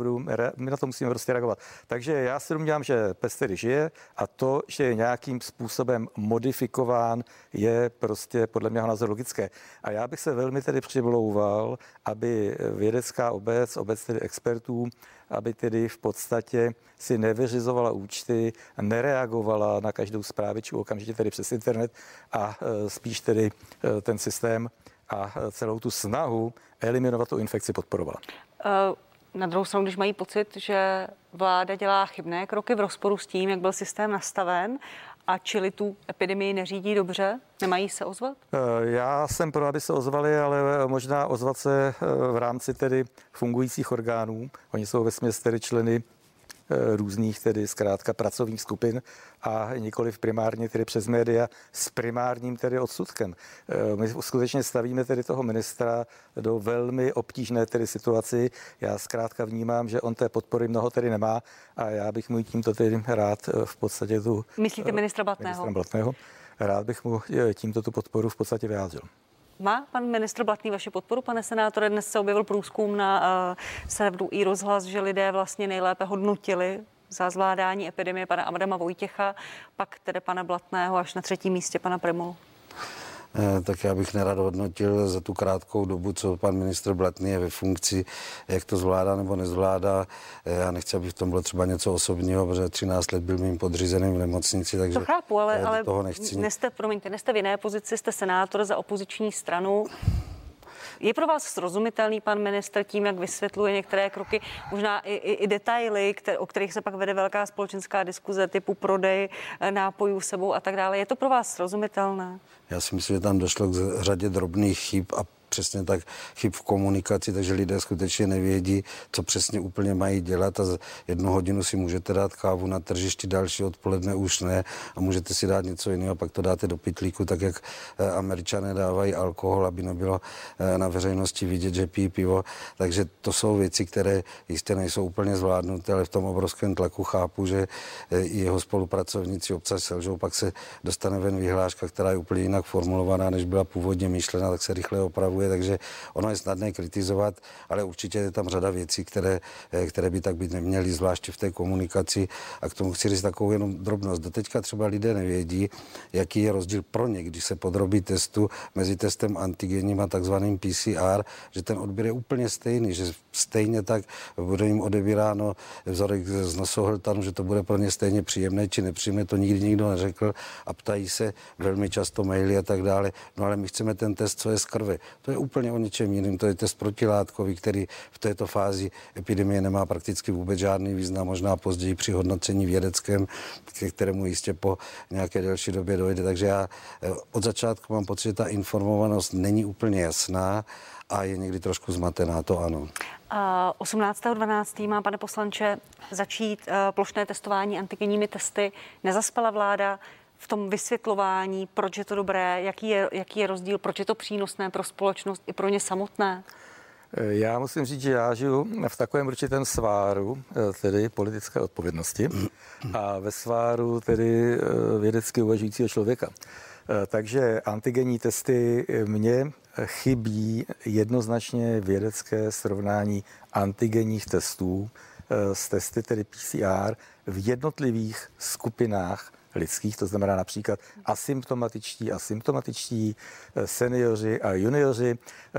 musíme prostě reagovat. Takže já si domnívám, že pes tedy žije a to, že je nějakým způsobem modifikován, je prostě podle mého názoru logické. A já bych se velmi tedy přimlouval, aby vědecká obec tedy expertů, aby tedy v podstatě si nevyřizovala účty a nereagovala na každou zprávičku okamžitě tedy přes internet a spíš tedy ten systém a celou tu snahu eliminovat tu infekci podporovala. Na druhou stranu, když mají pocit, že vláda dělá chybné kroky v rozporu s tím, jak byl systém nastaven a čili tu epidemii neřídí dobře, nemají se ozvat? Já jsem pro, aby se ozvali, ale možná ozvat se v rámci tedy fungujících orgánů. Oni jsou vesměs tedy členy různých tedy zkrátka pracovních skupin a nikoliv primárně tedy přes média s primárním tedy odsudkem. My skutečně stavíme tedy toho ministra do velmi obtížné tedy situaci. Já zkrátka vnímám, že on té podpory mnoho tedy nemá a já bych mu tímto tedy rád v podstatě tu... Myslíte ministra Blatného? Rád bych mu tímto tu podporu v podstatě vyjádřil. Má pan ministr Blatný vaši podporu, pane senátore? Dnes se objevil průzkum na serveru iRozhlas, že lidé vlastně nejlépe hodnotili za zvládání epidemie pana Adama Vojtěcha, pak tedy pana Blatného, až na 3. místě pana Prymulu. Tak já bych nerad hodnotil za tu krátkou dobu, co pan ministr Blatný je ve funkci, jak to zvládá nebo nezvládá. Já nechci, aby v tom bylo třeba něco osobního, protože 13 let byl mým podřízeným v nemocnici, takže to chápu, ale toho nechci. Neste v jiné pozici, jste senátor za opoziční stranu. Je pro vás srozumitelný pan ministr tím, jak vysvětluje některé kroky, možná i detaily, o kterých se pak vede velká společenská diskuze, typu prodej nápojů sebou a tak dále. Je to pro vás srozumitelné? Já si myslím, že tam došlo k řadě drobných chyb a přesně tak chyb v komunikaci, takže lidé skutečně nevědí, co přesně úplně mají dělat a za 1 hodinu si můžete dát kávu na tržišti, další odpoledne už ne a můžete si dát něco jiného a pak to dáte do pytlíku, tak jak Američané dávají alkohol, aby nebylo na veřejnosti vidět, že pijí pivo. Takže to jsou věci, které jistě nejsou úplně zvládnuté, ale v tom obrovském tlaku chápu, že i jeho spolupracovníci občas selžou, pak se dostane ven vyhláška, která je úplně jinak formulovaná, než byla původně myšlena, tak se rychle opravuje. Takže ono je snadné kritizovat, ale určitě je tam řada věcí, které by tak být neměly, zvláště v té komunikaci. A k tomu chci říct takovou jenom drobnost. Doteďka třeba lidé nevědí, jaký je rozdíl pro ně, když se podrobí testu mezi testem antigenním a takzvaným PCR, že ten odběr je úplně stejný, že stejně tak bude jim odebíráno vzorek z nosohltanu, že to bude pro ně stejně příjemné či nepříjemné, to nikdy nikdo neřekl a ptají se velmi často maily a tak dále. No ale my chceme ten test, co je z krve. To je úplně o něčem jiným, to je test protilátkový, který v této fázi epidemie nemá prakticky vůbec žádný význam, možná později při hodnocení vědeckém, ke kterému jistě po nějaké delší době dojde. Takže já od začátku mám pocit, že ta informovanost není úplně jasná a je někdy trošku zmatená, to ano. 18.12. má, pane poslanče, začít plošné testování antigenními testy. Nezaspala vláda v tom vysvětlování, proč je to dobré, jaký je rozdíl, proč je to přínosné pro společnost i pro ně samotné? Já musím říct, že já žiju v takovém určitém sváru, tedy politické odpovědnosti a ve sváru tedy vědecky uvažujícího člověka. Takže antigenní testy mně chybí jednoznačně vědecké srovnání antigenních testů s testy tedy PCR v jednotlivých skupinách lidských, to znamená například asymptomatičtí, seniori a junioři.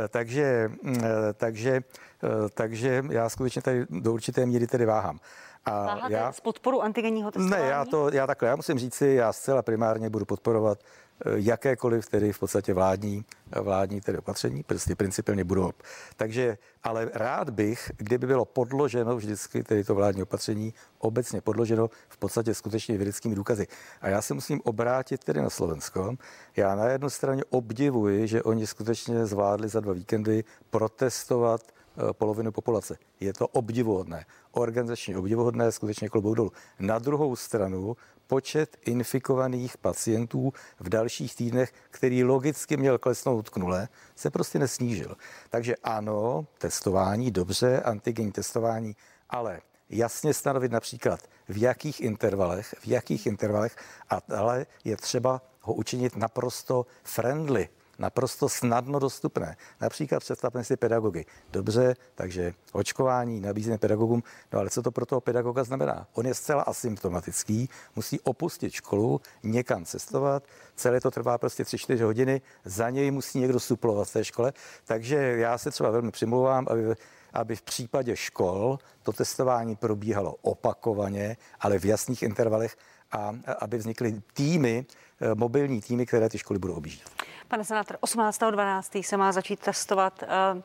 Takže já skutečně tady do určité míry tedy váhám. Váháte z podporu antigenního testování? Ne, já musím říct si, já zcela primárně budu podporovat jakékoliv tedy v podstatě vládní tedy opatření, prostě principiálně budou. Takže, ale rád bych, kdyby bylo podloženo vždycky tedy to vládní opatření, obecně podloženo v podstatě skutečně vědeckými důkazy. A já se musím obrátit tedy na Slovensko. Já na jednu straně obdivuji, že oni skutečně zvládli za 2 víkendy protestovat polovinu populace. Je to obdivuhodné. Organizačně obdivuhodné, skutečně klobouk dolů. Na druhou stranu počet infikovaných pacientů v dalších týdnech, který logicky měl klesnout k 0, se prostě nesnížil. Takže ano, testování, dobře, antigenní testování, ale jasně stanovit například v jakých intervalech, ale je třeba ho učinit naprosto friendly, naprosto snadno dostupné. Například představme si pedagogy. Dobře, takže očkování nabízíme pedagogům, no ale co to pro toho pedagoga znamená? On je zcela asymptomatický, musí opustit školu, někam cestovat, celé to trvá prostě 3-4 hodiny, za něj musí někdo suplovat v té škole, takže já se třeba velmi přimlouvám, aby v případě škol to testování probíhalo opakovaně, ale v jasných intervalech a aby vznikly týmy, mobilní týmy, které ty školy budou objíždět. Pane senátor, 18.12. se má začít testovat.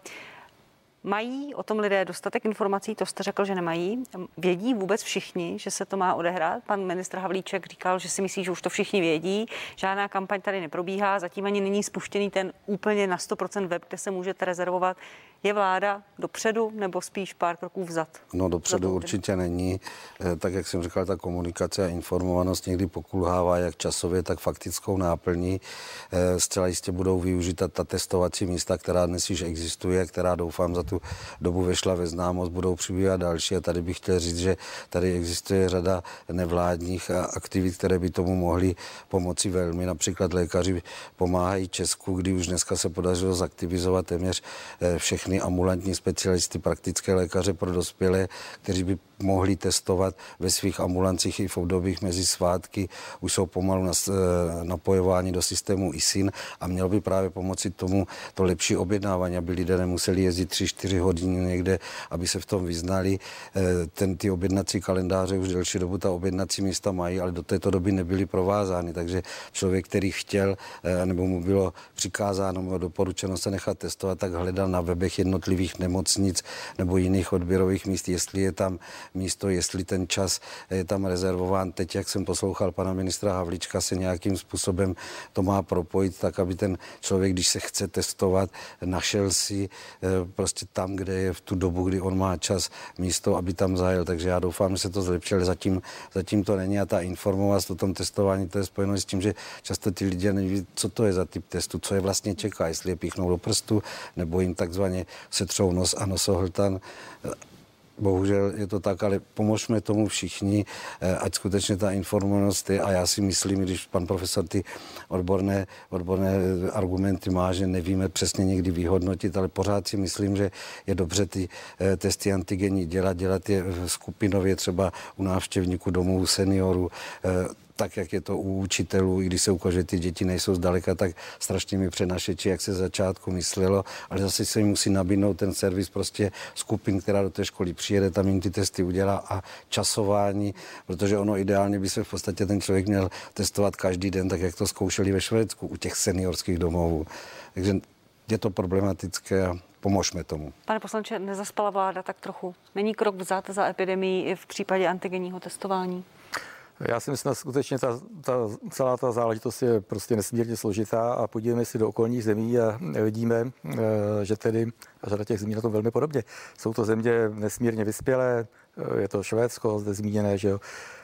Mají o tom lidé dostatek informací? To jste řekl, že nemají. Vědí vůbec všichni, že se to má odehrát? Pan ministr Havlíček říkal, že si myslí, že už to všichni vědí. Žádná kampaň tady neprobíhá, zatím ani není spuštěný ten úplně na 100% web, kde se můžete rezervovat. Je vláda dopředu nebo spíš pár kroků vzad? No dopředu určitě není. Tak, jak jsem říkal, ta komunikace a informovanost někdy pokulhává jak časově, tak faktickou náplní. Zcela jistě budou využít ta testovací místa, která dnes již existuje, která doufám za tu dobu vešla ve známost, budou přibývat další. A tady bych chtěl říct, že tady existuje řada nevládních aktivit, které by tomu mohly pomoci velmi. Například lékaři pomáhají Česku, kdy už dneska se podařilo zaktivizovat téměř všechny ambulantní specialisty, praktické lékaře pro dospělé, kteří by mohli testovat ve svých ambulancích i v obdobích mezi svátky. Už jsou pomalu napojováni do systému ISIN a mělo by právě pomoci tomu to lepší objednávání, aby lidé nemuseli jezdit 3-4 hodiny někde, aby se v tom vyznali. Ty objednací kalendáře už delší dobu ta objednací místa mají, ale do této doby nebyly provázány, takže člověk, který chtěl nebo mu bylo přikázáno nebo doporučeno se nechat testovat, tak hledal na webech jednotlivých nemocnic nebo jiných odběrových míst, jestli je tam místo, jestli ten čas je tam rezervován. Teď, jak jsem poslouchal pana ministra Havlíčka, se nějakým způsobem to má propojit tak, aby ten člověk, když se chce testovat, našel si prostě tam, kde je v tu dobu, kdy on má čas, místo, aby tam zajel. Takže já doufám, že se to zlepší, ale zatím to není a ta informovanost o tom testování, to je spojeno s tím, že často ty lidé neví, co to je za typ testu, co je vlastně čeká, jestli je píchnou do prstu, nebo jim takzvaně setřou nos a nosohltan. Bohužel je to tak, ale pomožme tomu všichni, ať skutečně ta informovanost je, a já si myslím, když pan profesor ty odborné argumenty má, že nevíme přesně někdy vyhodnotit, ale pořád si myslím, že je dobře ty testy antigenní dělat je skupinově, třeba u návštěvníků domovů seniorů, tak, jak je to u učitelů, i když se ukáže, že ty děti nejsou zdaleka tak strašnými přenašeči, jak se začátku myslelo, ale zase se jim musí nabídnout ten servis prostě skupin, která do té školy přijede, tam jim ty testy udělá a časování, protože ono ideálně by se v podstatě ten člověk měl testovat každý den, tak jak to zkoušeli ve Švédsku u těch seniorských domovů. Takže je to problematické a pomožme tomu. Pane poslanče, nezaspala vláda tak trochu? Není krok vzad za epidemií i v případě antigenního testování? Já si myslím, že skutečně celá ta záležitost je prostě nesmírně složitá a podívejme si do okolních zemí a vidíme, že tedy řada těch zemí na tom velmi podobně. Jsou to země nesmírně vyspělé, je to Švédsko, zde zmíněné, že jo.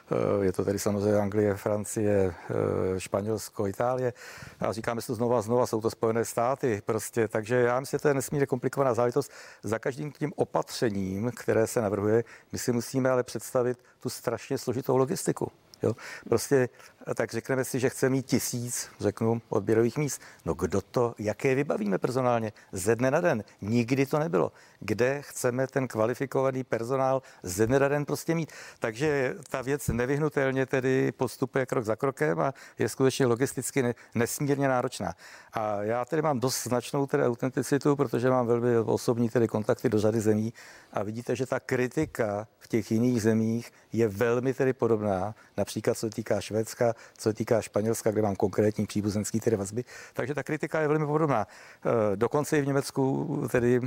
Je to tedy samozřejmě Anglie, Francie, Španělsko, Itálie. A říkáme si to znova a znova, jsou to Spojené státy prostě. Takže já myslím, že to je nesmírně komplikovaná záležitost. Za každým tím opatřením, které se navrhuje, my si musíme ale představit tu strašně složitou logistiku. Jo? Prostě tak řekneme si, že chceme mít 1000, odběrových míst. No kdo to, jaké vybavíme personálně? Ze dne na den. Nikdy to nebylo. Kde chceme ten kvalifikovaný personál ze dne na den prostě mít? Takže ta věc nevyhnutelně tedy postupuje krok za krokem a je skutečně logisticky nesmírně náročná. A já tedy mám dost značnou tedy autenticitu, protože mám velmi osobní tedy kontakty do řady zemí a vidíte, že ta kritika v těch jiných zemích je velmi tedy podobná, například co se týká Švédska, co se týká Španělska, kde mám konkrétní příbuzenský tedy vazby. Takže ta kritika je velmi podobná. Dokonce i v Německu tedy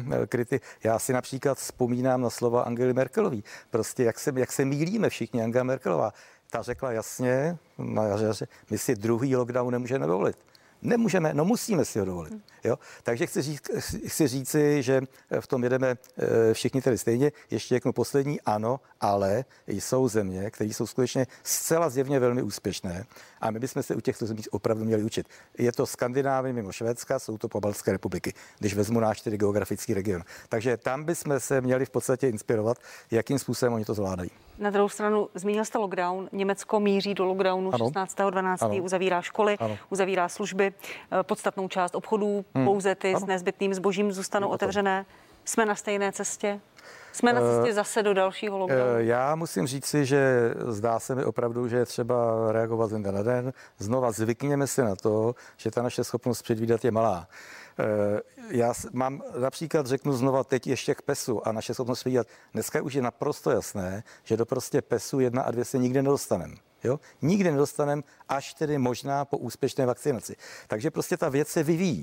já si například vzpomínám na slova Angely Merkelový. Prostě jak se mýlíme všichni, Angela Merkelová. Ta řekla jasně, my si druhý lockdown nemůžeme dovolit. Nemůžeme, no musíme si ho dovolit. Jo? Takže chci říci, že v tom jedeme všichni tedy stejně. Ještě řeknu poslední, ano, ale jsou země, které jsou skutečně zcela zjevně velmi úspěšné a my bychom se u těchto zemí opravdu měli učit. Je to Skandinávie mimo Švédska, jsou to pobaltské republiky, když vezmu náš tedy geografický region. Takže tam bychom se měli v podstatě inspirovat, jakým způsobem oni to zvládají. Na druhou stranu zmínil jste lockdown. Německo míří do lockdownu 16.12. Uzavírá školy, uzavírá služby, podstatnou část obchodů, pouze ty s nezbytným zbožím zůstanou otevřené. Jsme na stejné cestě? Jsme na cestě zase do dalšího lockdownu? Já musím říci, že zdá se mi opravdu, že je třeba reagovat den na den. Znova zvykněme si na to, že ta naše schopnost předvídat je malá. Já mám například, řeknu znova teď ještě k PESu a naše schopnost předvídat. Dneska už je naprosto jasné, že do prostě PESu 1 a 2 se nikdy nedostaneme. Jo? Nikdy nedostaneme, až tedy možná po úspěšné vakcinaci. Takže prostě ta věc se vyvíjí.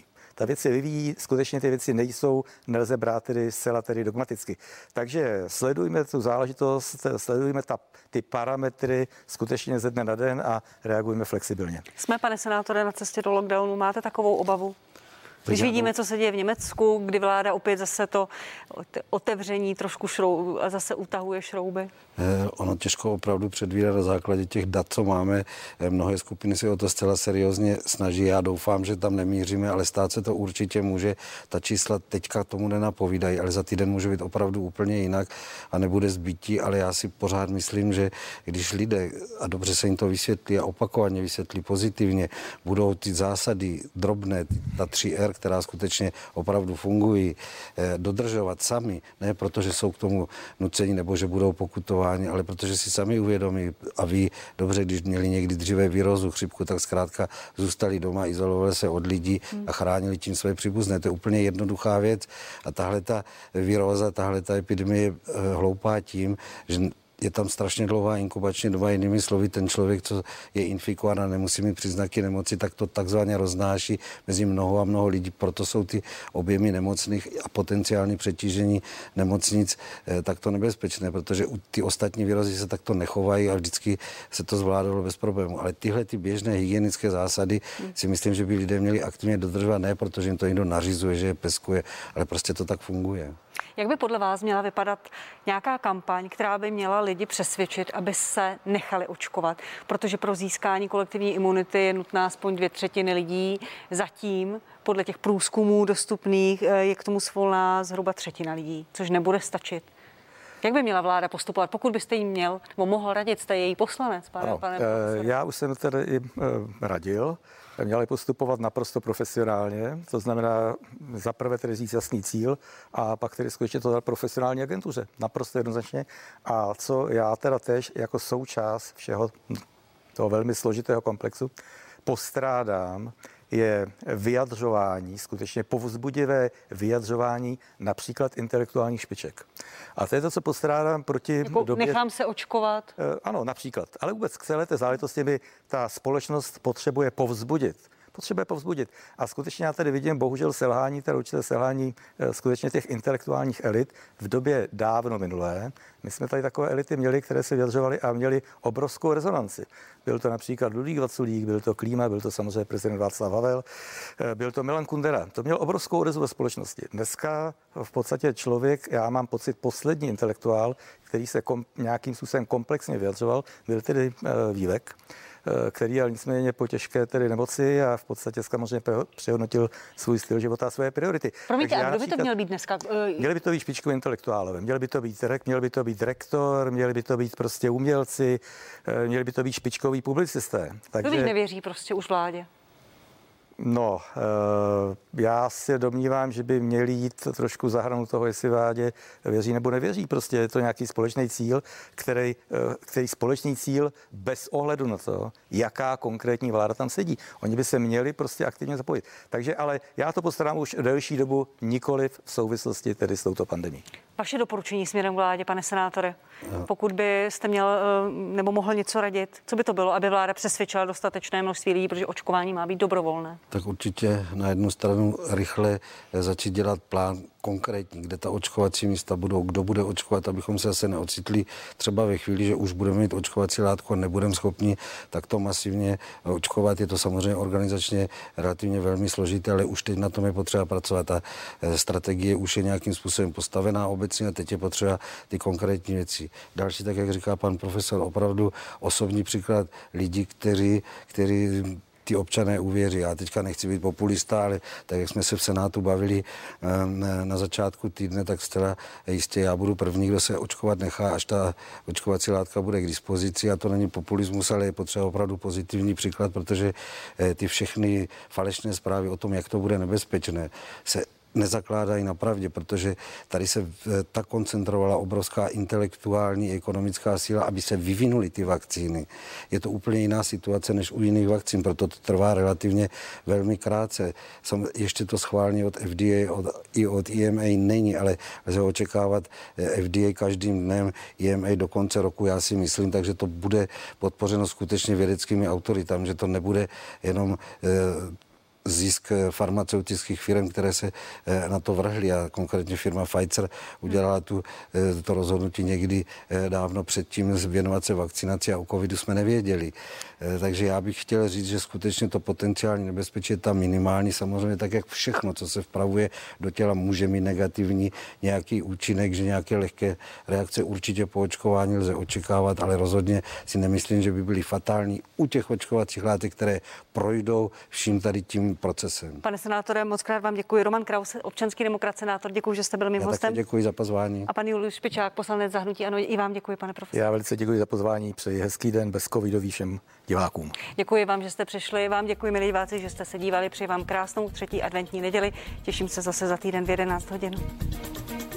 Skutečně ty věci nelze brát tedy zcela tedy dogmaticky. Takže sledujme tu záležitost, sledujme ty parametry skutečně ze dne na den a reagujme flexibilně. Jsme, pane senátore, na cestě do lockdownu. Máte takovou obavu? Když vidíme, co se děje v Německu, kdy vláda opět zase to otevření trošku zase utahuje šrouby? Ono těžko opravdu předvídat na základě těch dat, co máme. Mnohé skupiny se o to zcela seriózně snaží. Já doufám, že tam nemíříme, ale stát se to určitě může. Ta čísla teďka tomu nenapovídají, ale za týden může být opravdu úplně jinak a nebude zbytí, ale já si pořád myslím, že když lidé, a dobře se jim to vysvětlí a opakovaně vysvětlí pozitivně, budou ty zásady drobné, ta 3R, která skutečně opravdu fungují, dodržovat sami, ne protože jsou k tomu nuceni nebo že budou pokutováni, ale protože si sami uvědomí a ví dobře, když měli někdy dříve virózu, chřipku, tak zkrátka zůstali doma, izolovali se od lidí a chránili tím své příbuzné. To je úplně jednoduchá věc a tahle ta viróza, tahle ta epidemie je hloupá tím, že je tam strašně dlouhá inkubační doba, jinými slovy, ten člověk, co je infikován a nemusí mít příznaky nemoci, tak to takzvaně roznáší mezi mnoho a mnoho lidí. Proto jsou ty objemy nemocných a potenciální přetížení nemocnic takto nebezpečné, protože ty ostatní virózy se takto nechovají a vždycky se to zvládalo bez problému. Ale tyhle ty běžné hygienické zásady si myslím, že by lidé měli aktivně dodržovat, ne protože jim to někdo nařizuje, že je peskuje, ale prostě to tak funguje. Jak by podle vás měla vypadat nějaká kampaň, která by měla lidi přesvědčit, aby se nechali očkovat? Protože pro získání kolektivní imunity je nutná aspoň 2/3 lidí. Zatím, podle těch průzkumů dostupných, je k tomu svolná zhruba 1/3 lidí, což nebude stačit. Jak by měla vláda postupovat, pokud byste jí měl nebo mohl radit, jste její poslanec, pane já už jsem tedy i radil. Měli postupovat naprosto profesionálně, to znamená zaprvé tedy říct jasný cíl a pak tedy skutečně to dát profesionální agentuře, naprosto jednoznačně. A co já teda též jako součást všeho toho velmi složitého komplexu postrádám, je vyjadřování, skutečně povzbudivé vyjadřování například intelektuálních špiček. A to je to, co postrádám proti době... Nechám se očkovat? Ano, například. Ale vůbec k celé té záležitosti by ta společnost potřebuje povzbudit. A skutečně já tady vidím bohužel selhání, teda určité selhání skutečně těch intelektuálních elit v době dávno minulé. My jsme tady takové elity měli, které se vyjadřovaly a měli obrovskou rezonanci. Byl to například Ludvík Vaculík, byl to Klíma, byl to samozřejmě prezident Václav Havel, byl to Milan Kundera. To měl obrovskou odezvu ve společnosti. Dneska v podstatě člověk, já mám pocit, poslední intelektuál, který se nějakým způsobem komplexně vyjadřoval, byl tedy Vílek, který ale nicméně po těžké tedy nemoci a v podstatě samozřejmě přehodnotil svůj styl života a své priority. Promiňte, a kdo by to měl být dneska? Měli by to být špičkoví intelektuálové, měl by to být rektor, měli by to být prostě umělci, měli by to být špičkoví publicisté. Kdo bych nevěří prostě už vládě? No, já se domnívám, že by měli jít trošku za hranu toho, jestli vládě věří nebo nevěří. Prostě je to nějaký společný cíl, který společný cíl bez ohledu na to, jaká konkrétní vláda tam sedí. Oni by se měli prostě aktivně zapojit. Takže ale já to postarám už delší dobu, nikoliv v souvislosti tedy s touto pandemií. Vaše doporučení směrem k vládě, pane senátore, pokud byste měl nebo mohl něco radit, co by to bylo, aby vláda přesvědčila dostatečné množství lidí, protože očkování má být dobrovolné? Tak určitě na jednu stranu rychle začít dělat plán konkrétní, kde ta očkovací místa budou, kdo bude očkovat, abychom se zase neocitli třeba ve chvíli, že už budeme mít očkovací látku a nebudeme schopni takto masivně očkovat. Je to samozřejmě organizačně relativně velmi složité, ale už teď na tom je potřeba pracovat. Ta strategie už je nějakým způsobem postavená obecně a teď je potřeba ty konkrétní věci. Další, tak jak říká pan profesor, opravdu osobní příklad lidí, kteří ty občané uvěří. Já teďka nechci být populista, ale tak, jak jsme se v Senátu bavili na začátku týdne, tak zcela jistě já budu první, kdo se očkovat nechá, až ta očkovací látka bude k dispozici. A to není populismus, ale je potřeba opravdu pozitivní příklad, protože ty všechny falešné zprávy o tom, jak to bude nebezpečné, se nezakládají na pravdě, protože tady se tak koncentrovala obrovská intelektuální ekonomická síla, aby se vyvinuly ty vakcíny. Je to úplně jiná situace než u jiných vakcín, proto to trvá relativně velmi krátce. Ještě to schválení od FDA i od EMA není, ale lze očekávat FDA každým dnem, EMA do konce roku, já si myslím, takže to bude podpořeno skutečně vědeckými autoritami, že to nebude jenom zisk farmaceutických firm, které se na to vrhly a konkrétně firma Pfizer udělala to rozhodnutí někdy dávno předtím věnovat se vakcinaci a o covidu jsme nevěděli. Takže já bych chtěl říct, že skutečně to potenciální nebezpečí je tam minimální. Samozřejmě tak, jak všechno, co se vpravuje do těla, může mít negativní nějaký účinek, že nějaké lehké reakce určitě po očkování lze očekávat, ale rozhodně si nemyslím, že by byly fatální u těch očkovacích látek, které projdou vším tady tím procesem. Pane senátore, moc krát vám děkuji. Roman Kraus, občanský demokrat, senátor, děkuji, že jste byl mým hostem. Děkuji za pozvání. A pan Julius Špičák, poslanec za hnutí ANO, i vám děkuji, pane profesore. Já velice děkuji za pozvání, přeji hezký den bez covidový všem divákům. Děkuji vám, že jste přišli, vám děkuji, milí diváci, že jste se dívali, přeji vám krásnou třetí adventní neděli. Těším se zase za týden v 11 hodin.